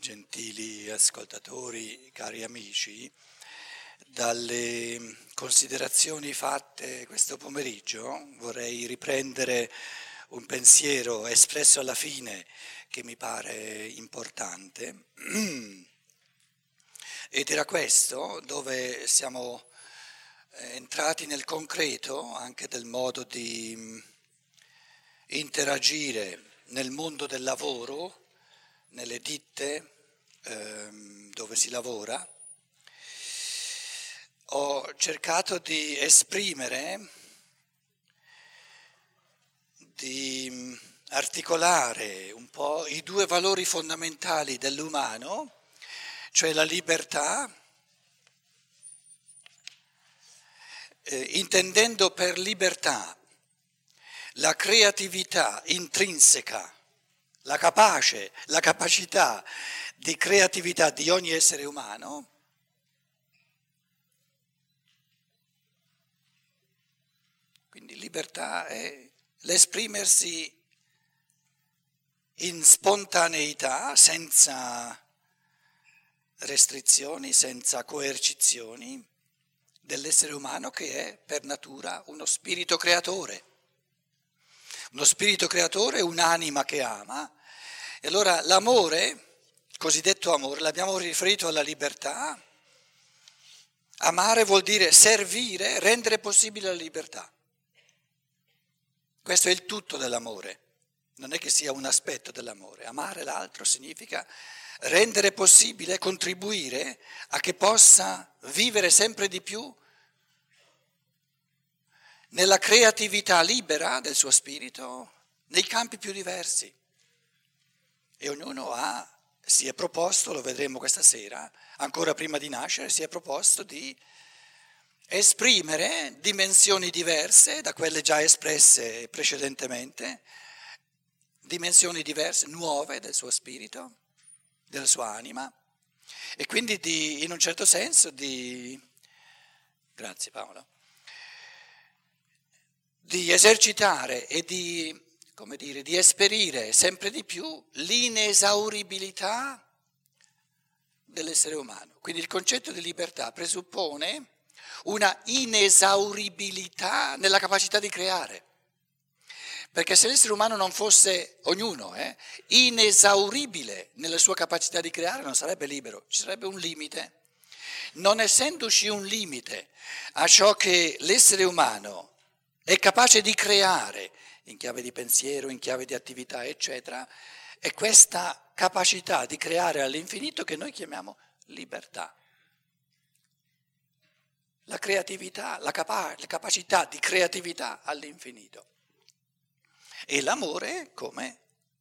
gentili ascoltatori, cari amici, dalle considerazioni fatte questo pomeriggio vorrei riprendere un pensiero espresso alla fine che mi pare importante, ed era questo, dove siamo entrati nel concreto anche del modo di interagire nel mondo del lavoro, nelle ditte dove si lavora. Ho cercato di esprimere, di articolare un po' i due valori fondamentali dell'umano, cioè la libertà, intendendo per libertà la creatività intrinseca, la capacità di creatività di ogni essere umano, quindi libertà è l'esprimersi in spontaneità, senza restrizioni, senza coercizioni, dell'essere umano che è per natura uno spirito creatore. Uno spirito creatore, un'anima che ama. E allora l'amore, il cosiddetto amore, l'abbiamo riferito alla libertà. Amare vuol dire servire, rendere possibile la libertà. Questo è il tutto dell'amore, non è che sia un aspetto dell'amore. Amare l'altro significa rendere possibile, contribuire a che possa vivere sempre di più nella creatività libera del suo spirito, nei campi più diversi. E ognuno si è proposto, lo vedremo questa sera, ancora prima di nascere, si è proposto di esprimere dimensioni diverse da quelle già espresse precedentemente, dimensioni diverse, nuove del suo spirito, della sua anima, e quindi in un certo senso grazie Paolo, di esercitare e di esperire sempre di più l'inesauribilità dell'essere umano. Quindi il concetto di libertà presuppone una inesauribilità nella capacità di creare. Perché se l'essere umano non fosse, ognuno, inesauribile nella sua capacità di creare, non sarebbe libero, ci sarebbe un limite. Non essendoci un limite a ciò che l'essere umano è capace di creare, in chiave di pensiero, in chiave di attività, eccetera, è questa capacità di creare all'infinito che noi chiamiamo libertà. La creatività, la capacità di creatività all'infinito. E l'amore come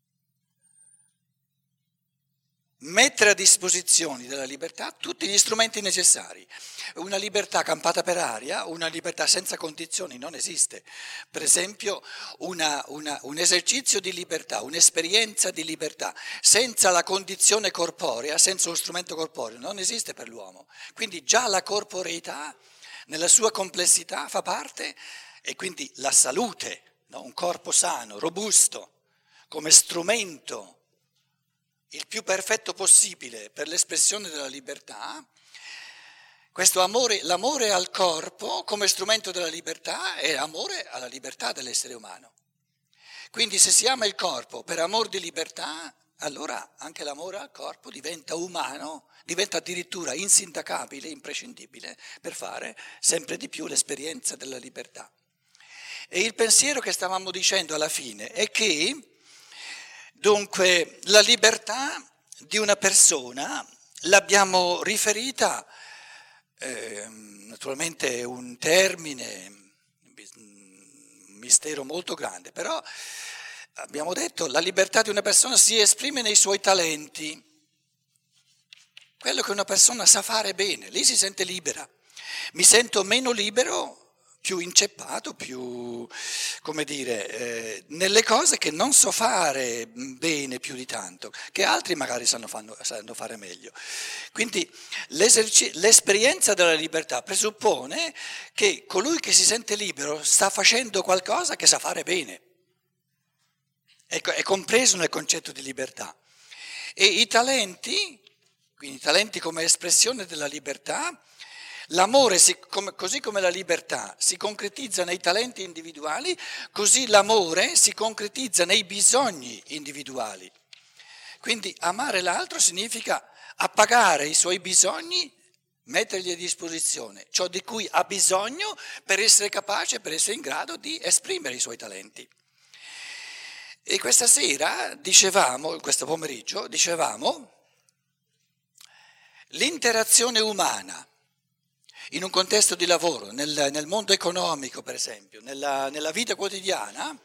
mettere a disposizione della libertà tutti gli strumenti necessari. Una libertà campata per aria, una libertà senza condizioni non esiste. Per esempio un esercizio di libertà, un'esperienza di libertà senza la condizione corporea, senza uno strumento corporeo, non esiste per l'uomo. Quindi già la corporeità nella sua complessità fa parte, e quindi la salute, no? Un corpo sano, robusto, come strumento il più perfetto possibile per l'espressione della libertà. Questo amore, l'amore al corpo come strumento della libertà è amore alla libertà dell'essere umano. Quindi se si ama il corpo per amor di libertà, allora anche l'amore al corpo diventa umano, diventa addirittura insindacabile, imprescindibile per fare sempre di più l'esperienza della libertà. E il pensiero che stavamo dicendo alla fine è che dunque la libertà di una persona l'abbiamo riferita, naturalmente è un termine, un mistero molto grande, però abbiamo detto la libertà di una persona si esprime nei suoi talenti, quello che una persona sa fare bene, lì si sente libera. Mi sento meno libero, più inceppato, più, nelle cose che non so fare bene più di tanto, che altri magari sanno fare meglio. Quindi l'esperienza della libertà presuppone che colui che si sente libero sta facendo qualcosa che sa fare bene. È compreso nel concetto di libertà. E i talenti, quindi i talenti come espressione della libertà, l'amore, così come la libertà si concretizza nei talenti individuali, così l'amore si concretizza nei bisogni individuali. Quindi amare l'altro significa appagare i suoi bisogni, mettergli a disposizione ciò di cui ha bisogno per essere capace, per essere in grado di esprimere i suoi talenti. E questa sera questo pomeriggio dicevamo, l'interazione umana in un contesto di lavoro, nel mondo economico per esempio, nella vita quotidiana,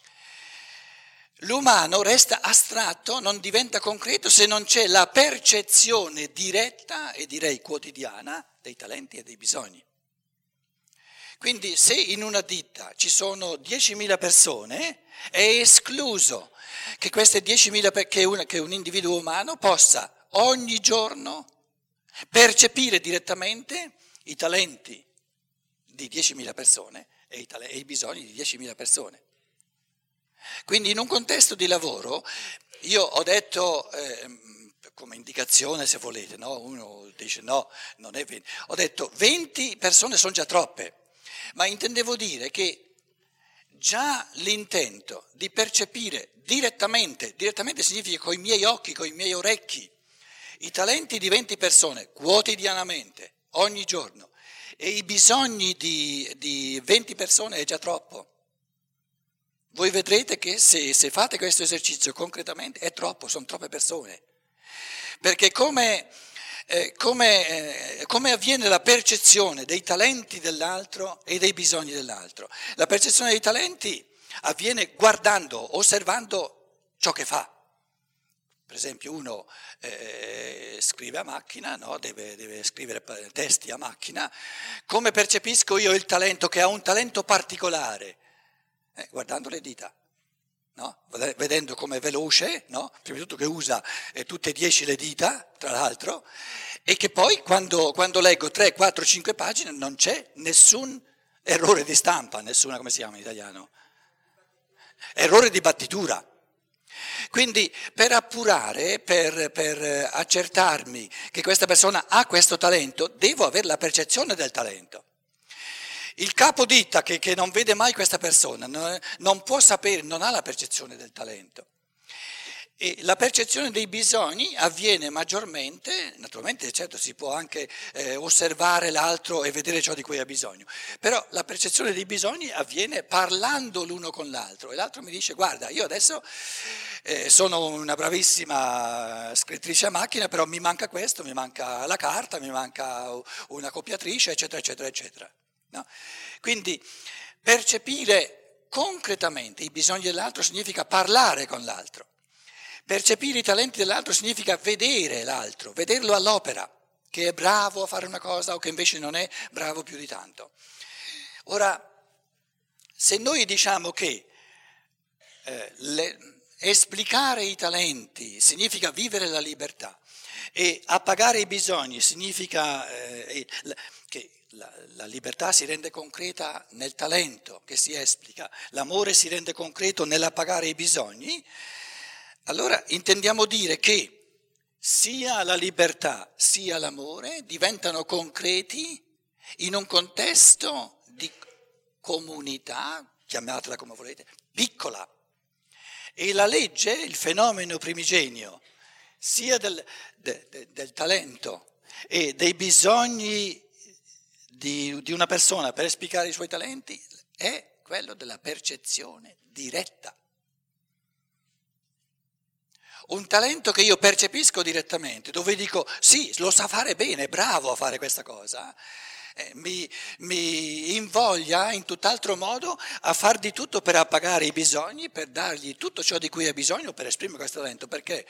l'umano resta astratto, non diventa concreto se non c'è la percezione diretta e direi quotidiana dei talenti e dei bisogni. Quindi se in una ditta ci sono 10.000 persone, è escluso che queste 10.000, che un individuo umano possa ogni giorno percepire direttamente i talenti di 10.000 persone e i bisogni di 10.000 persone. Quindi in un contesto di lavoro, io ho detto, come indicazione se volete, no? Uno dice no, non è 20, ho detto 20 persone sono già troppe, ma intendevo dire che già l'intento di percepire direttamente significa con i miei occhi, con i miei orecchi, i talenti di 20 persone quotidianamente, ogni giorno, e i bisogni di 20 persone è già troppo. Voi vedrete che se fate questo esercizio concretamente è troppo, sono troppe persone. Perché come avviene la percezione dei talenti dell'altro e dei bisogni dell'altro? La percezione dei talenti avviene guardando, osservando ciò che fa. Per esempio uno scrive a macchina, no? deve scrivere testi a macchina. Come percepisco io il talento, che ha un talento particolare? Guardando le dita, no? Vedendo com'è veloce, no? Prima di tutto che usa tutte e 10 le dita, tra l'altro, e che poi quando leggo 3, 4, 5 pagine non c'è nessun errore di stampa, nessuna, come si chiama in italiano? Errore di battitura. Quindi per appurare, per accertarmi che questa persona ha questo talento, devo avere la percezione del talento. Il capoditta che non vede mai questa persona non può sapere, non ha la percezione del talento. E la percezione dei bisogni avviene maggiormente, naturalmente certo si può anche osservare l'altro e vedere ciò di cui ha bisogno, però la percezione dei bisogni avviene parlando l'uno con l'altro e l'altro mi dice guarda io adesso sono una bravissima scrittrice a macchina però mi manca questo, mi manca la carta, mi manca una copiatrice eccetera eccetera eccetera. No? Quindi percepire concretamente i bisogni dell'altro significa parlare con l'altro. Percepire i talenti dell'altro significa vedere l'altro, vederlo all'opera, che è bravo a fare una cosa o che invece non è bravo più di tanto. Ora, se noi diciamo che esplicare i talenti significa vivere la libertà e appagare i bisogni significa che la libertà si rende concreta nel talento che si esplica, l'amore si rende concreto nell'appagare i bisogni, allora intendiamo dire che sia la libertà sia l'amore diventano concreti in un contesto di comunità, chiamatela come volete, piccola. E la legge, il fenomeno primigenio, sia del talento e dei bisogni di una persona per esplicare i suoi talenti, è quello della percezione diretta. Un talento che io percepisco direttamente, dove dico sì, lo sa fare bene, è bravo a fare questa cosa, mi invoglia in tutt'altro modo a far di tutto per appagare i bisogni, per dargli tutto ciò di cui ha bisogno per esprimere questo talento. Perché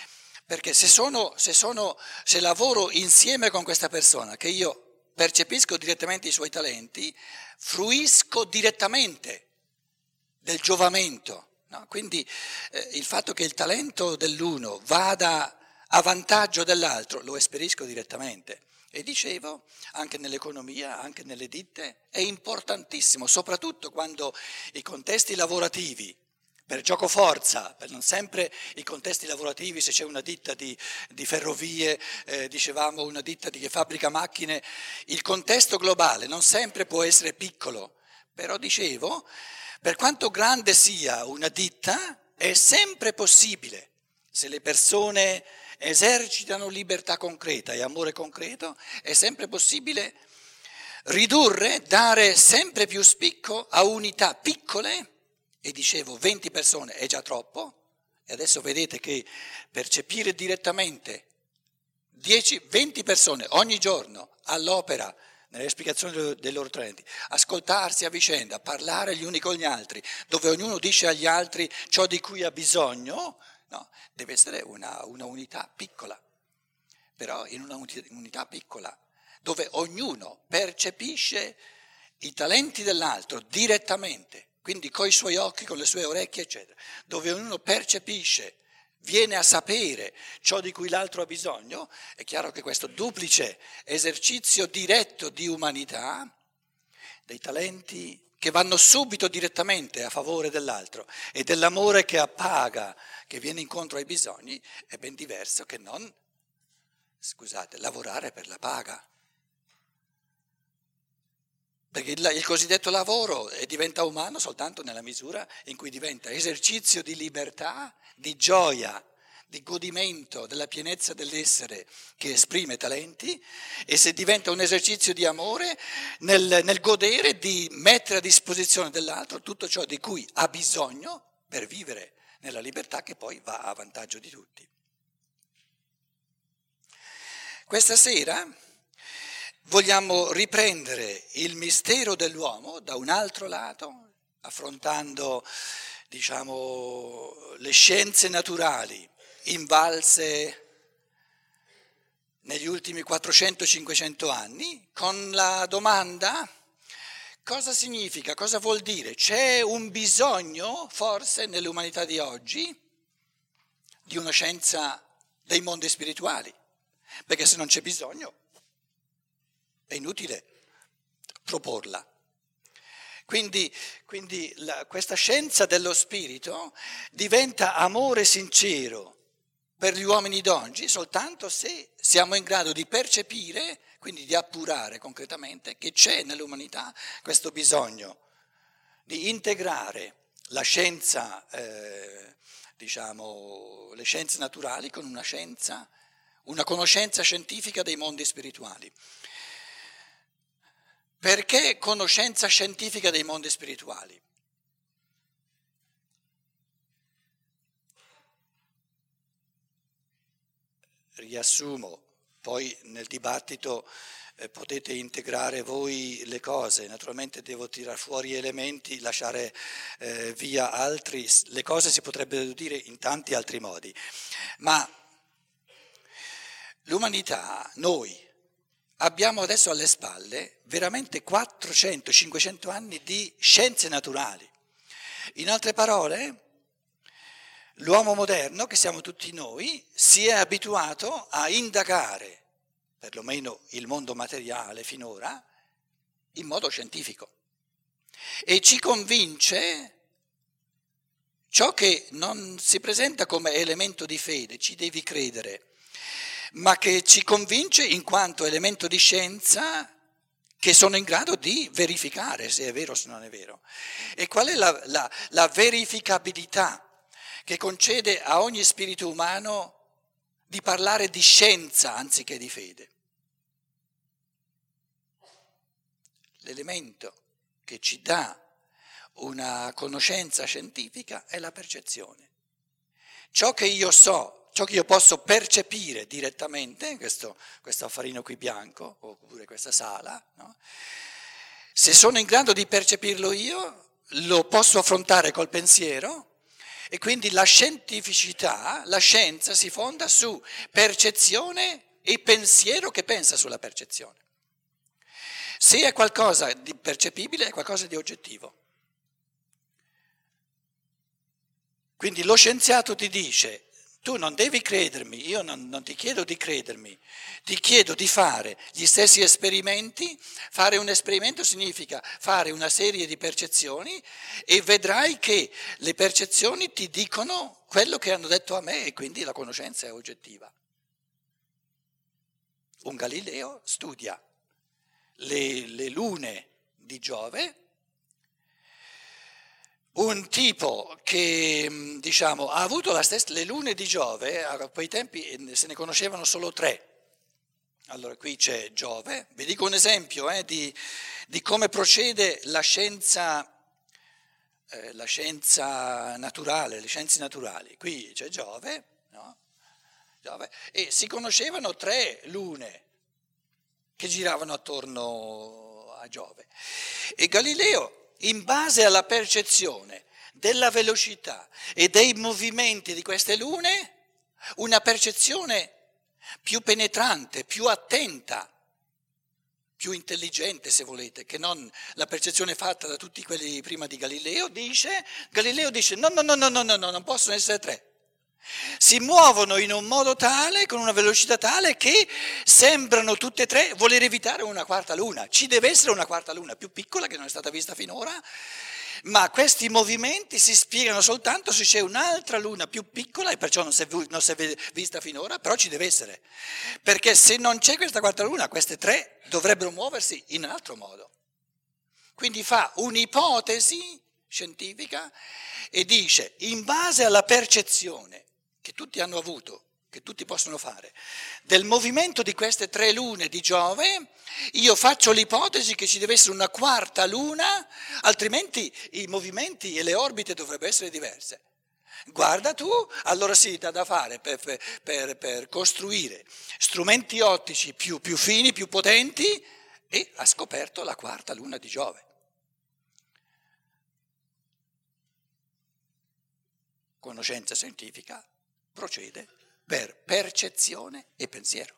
se lavoro insieme con questa persona, che io percepisco direttamente i suoi talenti, fruisco direttamente del giovamento. No? Quindi il fatto che il talento dell'uno vada a vantaggio dell'altro lo esperisco direttamente. E dicevo, anche nell'economia, anche nelle ditte, è importantissimo, soprattutto quando i contesti lavorativi per giocoforza, per non sempre i contesti lavorativi, se c'è una ditta di ferrovie, dicevamo una ditta che fabbrica macchine, il contesto globale non sempre può essere piccolo, però dicevo, per quanto grande sia una ditta, è sempre possibile, se le persone esercitano libertà concreta e amore concreto, è sempre possibile ridurre, dare sempre più spicco a unità piccole. E dicevo 20 persone è già troppo, e adesso vedete che percepire direttamente 10-20 persone ogni giorno all'opera, nelle spiegazioni dei loro talenti, ascoltarsi a vicenda, parlare gli uni con gli altri, dove ognuno dice agli altri ciò di cui ha bisogno, no, deve essere una unità piccola, però in una unità piccola, dove ognuno percepisce i talenti dell'altro direttamente, quindi coi suoi occhi, con le sue orecchie, eccetera, dove ognuno percepisce, viene a sapere ciò di cui l'altro ha bisogno, è chiaro che questo duplice esercizio diretto di umanità, dei talenti che vanno subito direttamente a favore dell'altro e dell'amore che appaga, che viene incontro ai bisogni, è ben diverso che non, lavorare per la paga. Perché il cosiddetto lavoro diventa umano soltanto nella misura in cui diventa esercizio di libertà, di gioia, di godimento della pienezza dell'essere che esprime talenti, e se diventa un esercizio di amore nel godere di mettere a disposizione dell'altro tutto ciò di cui ha bisogno per vivere nella libertà che poi va a vantaggio di tutti. Questa sera vogliamo riprendere il mistero dell'uomo da un altro lato, affrontando, le scienze naturali invalse negli ultimi 400-500 anni, con la domanda: cosa significa, cosa vuol dire? C'è un bisogno, forse, nell'umanità di oggi, di una scienza dei mondi spirituali? Perché se non c'è bisogno è inutile proporla. Quindi questa scienza dello spirito diventa amore sincero per gli uomini d'oggi soltanto se siamo in grado di percepire, quindi di appurare concretamente che c'è nell'umanità questo bisogno di integrare la scienza, le scienze naturali con una conoscenza scientifica dei mondi spirituali. Perché conoscenza scientifica dei mondi spirituali? Riassumo, poi nel dibattito potete integrare voi le cose, naturalmente devo tirar fuori elementi, lasciare via altri, le cose si potrebbero dire in tanti altri modi, ma l'umanità, noi, abbiamo adesso alle spalle veramente 400-500 anni di scienze naturali. In altre parole, l'uomo moderno, che siamo tutti noi, si è abituato a indagare, perlomeno il mondo materiale finora, in modo scientifico. E ci convince ciò che non si presenta come elemento di fede, ci devi credere, ma che ci convince in quanto elemento di scienza che sono in grado di verificare se è vero o se non è vero. E qual è la verificabilità che concede a ogni spirito umano di parlare di scienza anziché di fede? L'elemento che ci dà una conoscenza scientifica è la percezione. Ciò che io so, ciò che io posso percepire direttamente, questo affarino qui bianco, oppure questa sala, no? Se sono in grado di percepirlo io, lo posso affrontare col pensiero, e quindi la scientificità, la scienza si fonda su percezione e pensiero che pensa sulla percezione. Se è qualcosa di percepibile, è qualcosa di oggettivo. Quindi lo scienziato ti dice: Tu non devi credermi, io non ti chiedo di credermi, ti chiedo di fare gli stessi esperimenti. Fare un esperimento significa fare una serie di percezioni e vedrai che le percezioni ti dicono quello che hanno detto a me e quindi la conoscenza è oggettiva. Un Galileo studia le lune di Giove. Un tipo che, diciamo, ha avuto le lune di Giove, a quei tempi se ne conoscevano solo 3. Allora qui c'è Giove, vi dico un esempio di come procede la scienza naturale, le scienze naturali. Qui c'è Giove, no? Giove, e si conoscevano 3 lune che giravano attorno a Giove. E Galileo, in base alla percezione della velocità e dei movimenti di queste lune, una percezione più penetrante, più attenta, più intelligente se volete, che non la percezione fatta da tutti quelli prima di Galileo, dice no, non possono essere 3. Si muovono in un modo tale, con una velocità tale, che sembrano tutte e 3 voler evitare una quarta luna. Ci deve essere una quarta luna più piccola che non è stata vista finora, ma questi movimenti si spiegano soltanto se c'è un'altra luna più piccola e perciò non si è vista finora, però ci deve essere. Perché se non c'è questa quarta luna, queste 3 dovrebbero muoversi in un altro modo. Quindi fa un'ipotesi scientifica e dice, in base alla percezione che tutti hanno avuto, che tutti possono fare, del movimento di queste 3 lune di Giove, io faccio l'ipotesi che ci deve essere una quarta luna, altrimenti i movimenti e le orbite dovrebbero essere diverse. Guarda tu, allora sì, da fare per costruire strumenti ottici più fini, più potenti, e ha scoperto la quarta luna di Giove. Conoscenza scientifica procede per percezione e pensiero.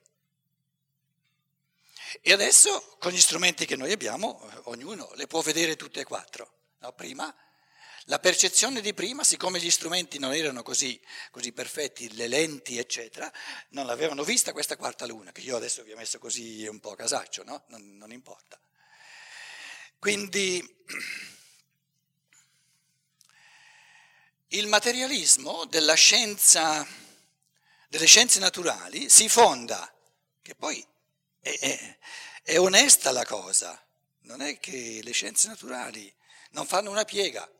E adesso, con gli strumenti che noi abbiamo, ognuno le può vedere tutte e 4. No? Prima, la percezione di prima, siccome gli strumenti non erano così perfetti, le lenti, eccetera, non l'avevano vista questa quarta luna, che io adesso vi ho messo così un po' a casaccio, no? Non importa. Quindi il materialismo delle scienze naturali si fonda, che poi è onesta la cosa, non è che le scienze naturali non fanno una piega,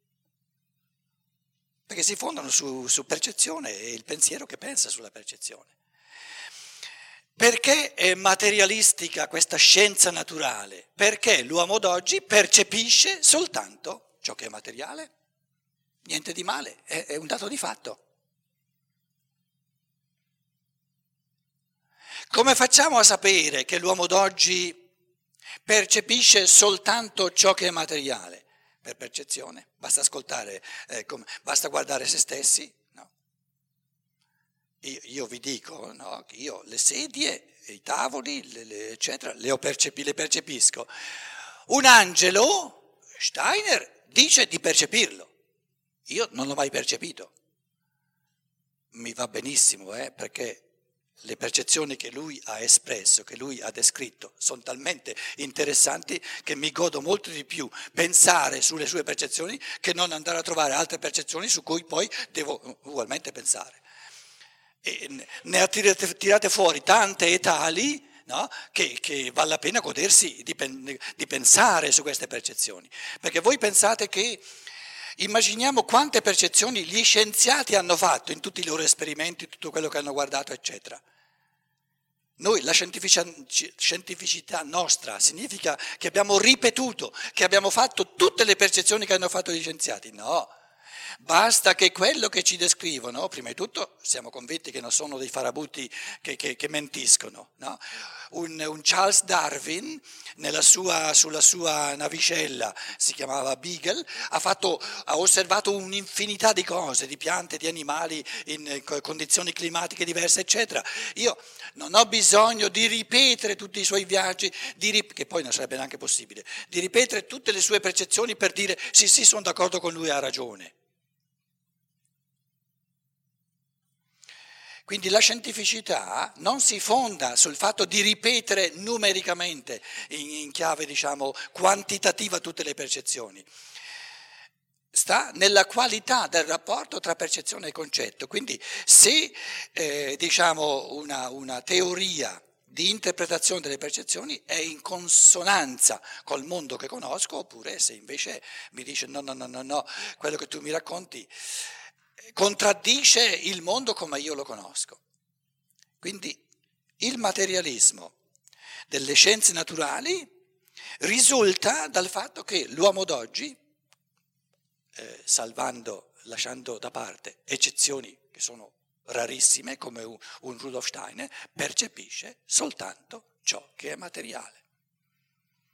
perché si fondano su percezione e il pensiero che pensa sulla percezione. Perché è materialistica questa scienza naturale? Perché l'uomo d'oggi percepisce soltanto ciò che è materiale. Niente di male, è un dato di fatto. Come facciamo a sapere che l'uomo d'oggi percepisce soltanto ciò che è materiale? Per percezione, basta ascoltare, basta guardare se stessi. No? Io vi dico, no, che io le sedie, i tavoli, eccetera, le percepisco. Un angelo, Steiner, dice di percepirlo. Io non l'ho mai percepito. Mi va benissimo, perché le percezioni che lui ha espresso, che lui ha descritto, sono talmente interessanti che mi godo molto di più pensare sulle sue percezioni che non andare a trovare altre percezioni su cui poi devo ugualmente pensare. E ne ha tirate fuori tante e tali, no, che vale la pena godersi di pensare su queste percezioni. Perché voi pensate che, immaginiamo quante percezioni gli scienziati hanno fatto in tutti i loro esperimenti, tutto quello che hanno guardato, eccetera. Noi, la scientificità nostra significa che abbiamo ripetuto, che abbiamo fatto tutte le percezioni che hanno fatto gli scienziati. No, basta che quello che ci descrivono, prima di tutto siamo convinti che non sono dei farabutti che mentiscono. No? Un Charles Darwin, sulla sua navicella, si chiamava Beagle, ha osservato un'infinità di cose, di piante, di animali in condizioni climatiche diverse, eccetera. Io non ho bisogno di ripetere tutti i suoi viaggi, che poi non sarebbe neanche possibile, di ripetere tutte le sue percezioni per dire sì, sono d'accordo con lui, ha ragione. Quindi la scientificità non si fonda sul fatto di ripetere numericamente, in chiave diciamo quantitativa, tutte le percezioni. Sta nella qualità del rapporto tra percezione e concetto. Quindi se diciamo una teoria di interpretazione delle percezioni è in consonanza col mondo che conosco, oppure se invece mi dice no, quello che tu mi racconti contraddice il mondo come io lo conosco. Quindi il materialismo delle scienze naturali risulta dal fatto che l'uomo d'oggi, lasciando da parte eccezioni che sono rarissime come un Rudolf Steiner, percepisce soltanto ciò che è materiale.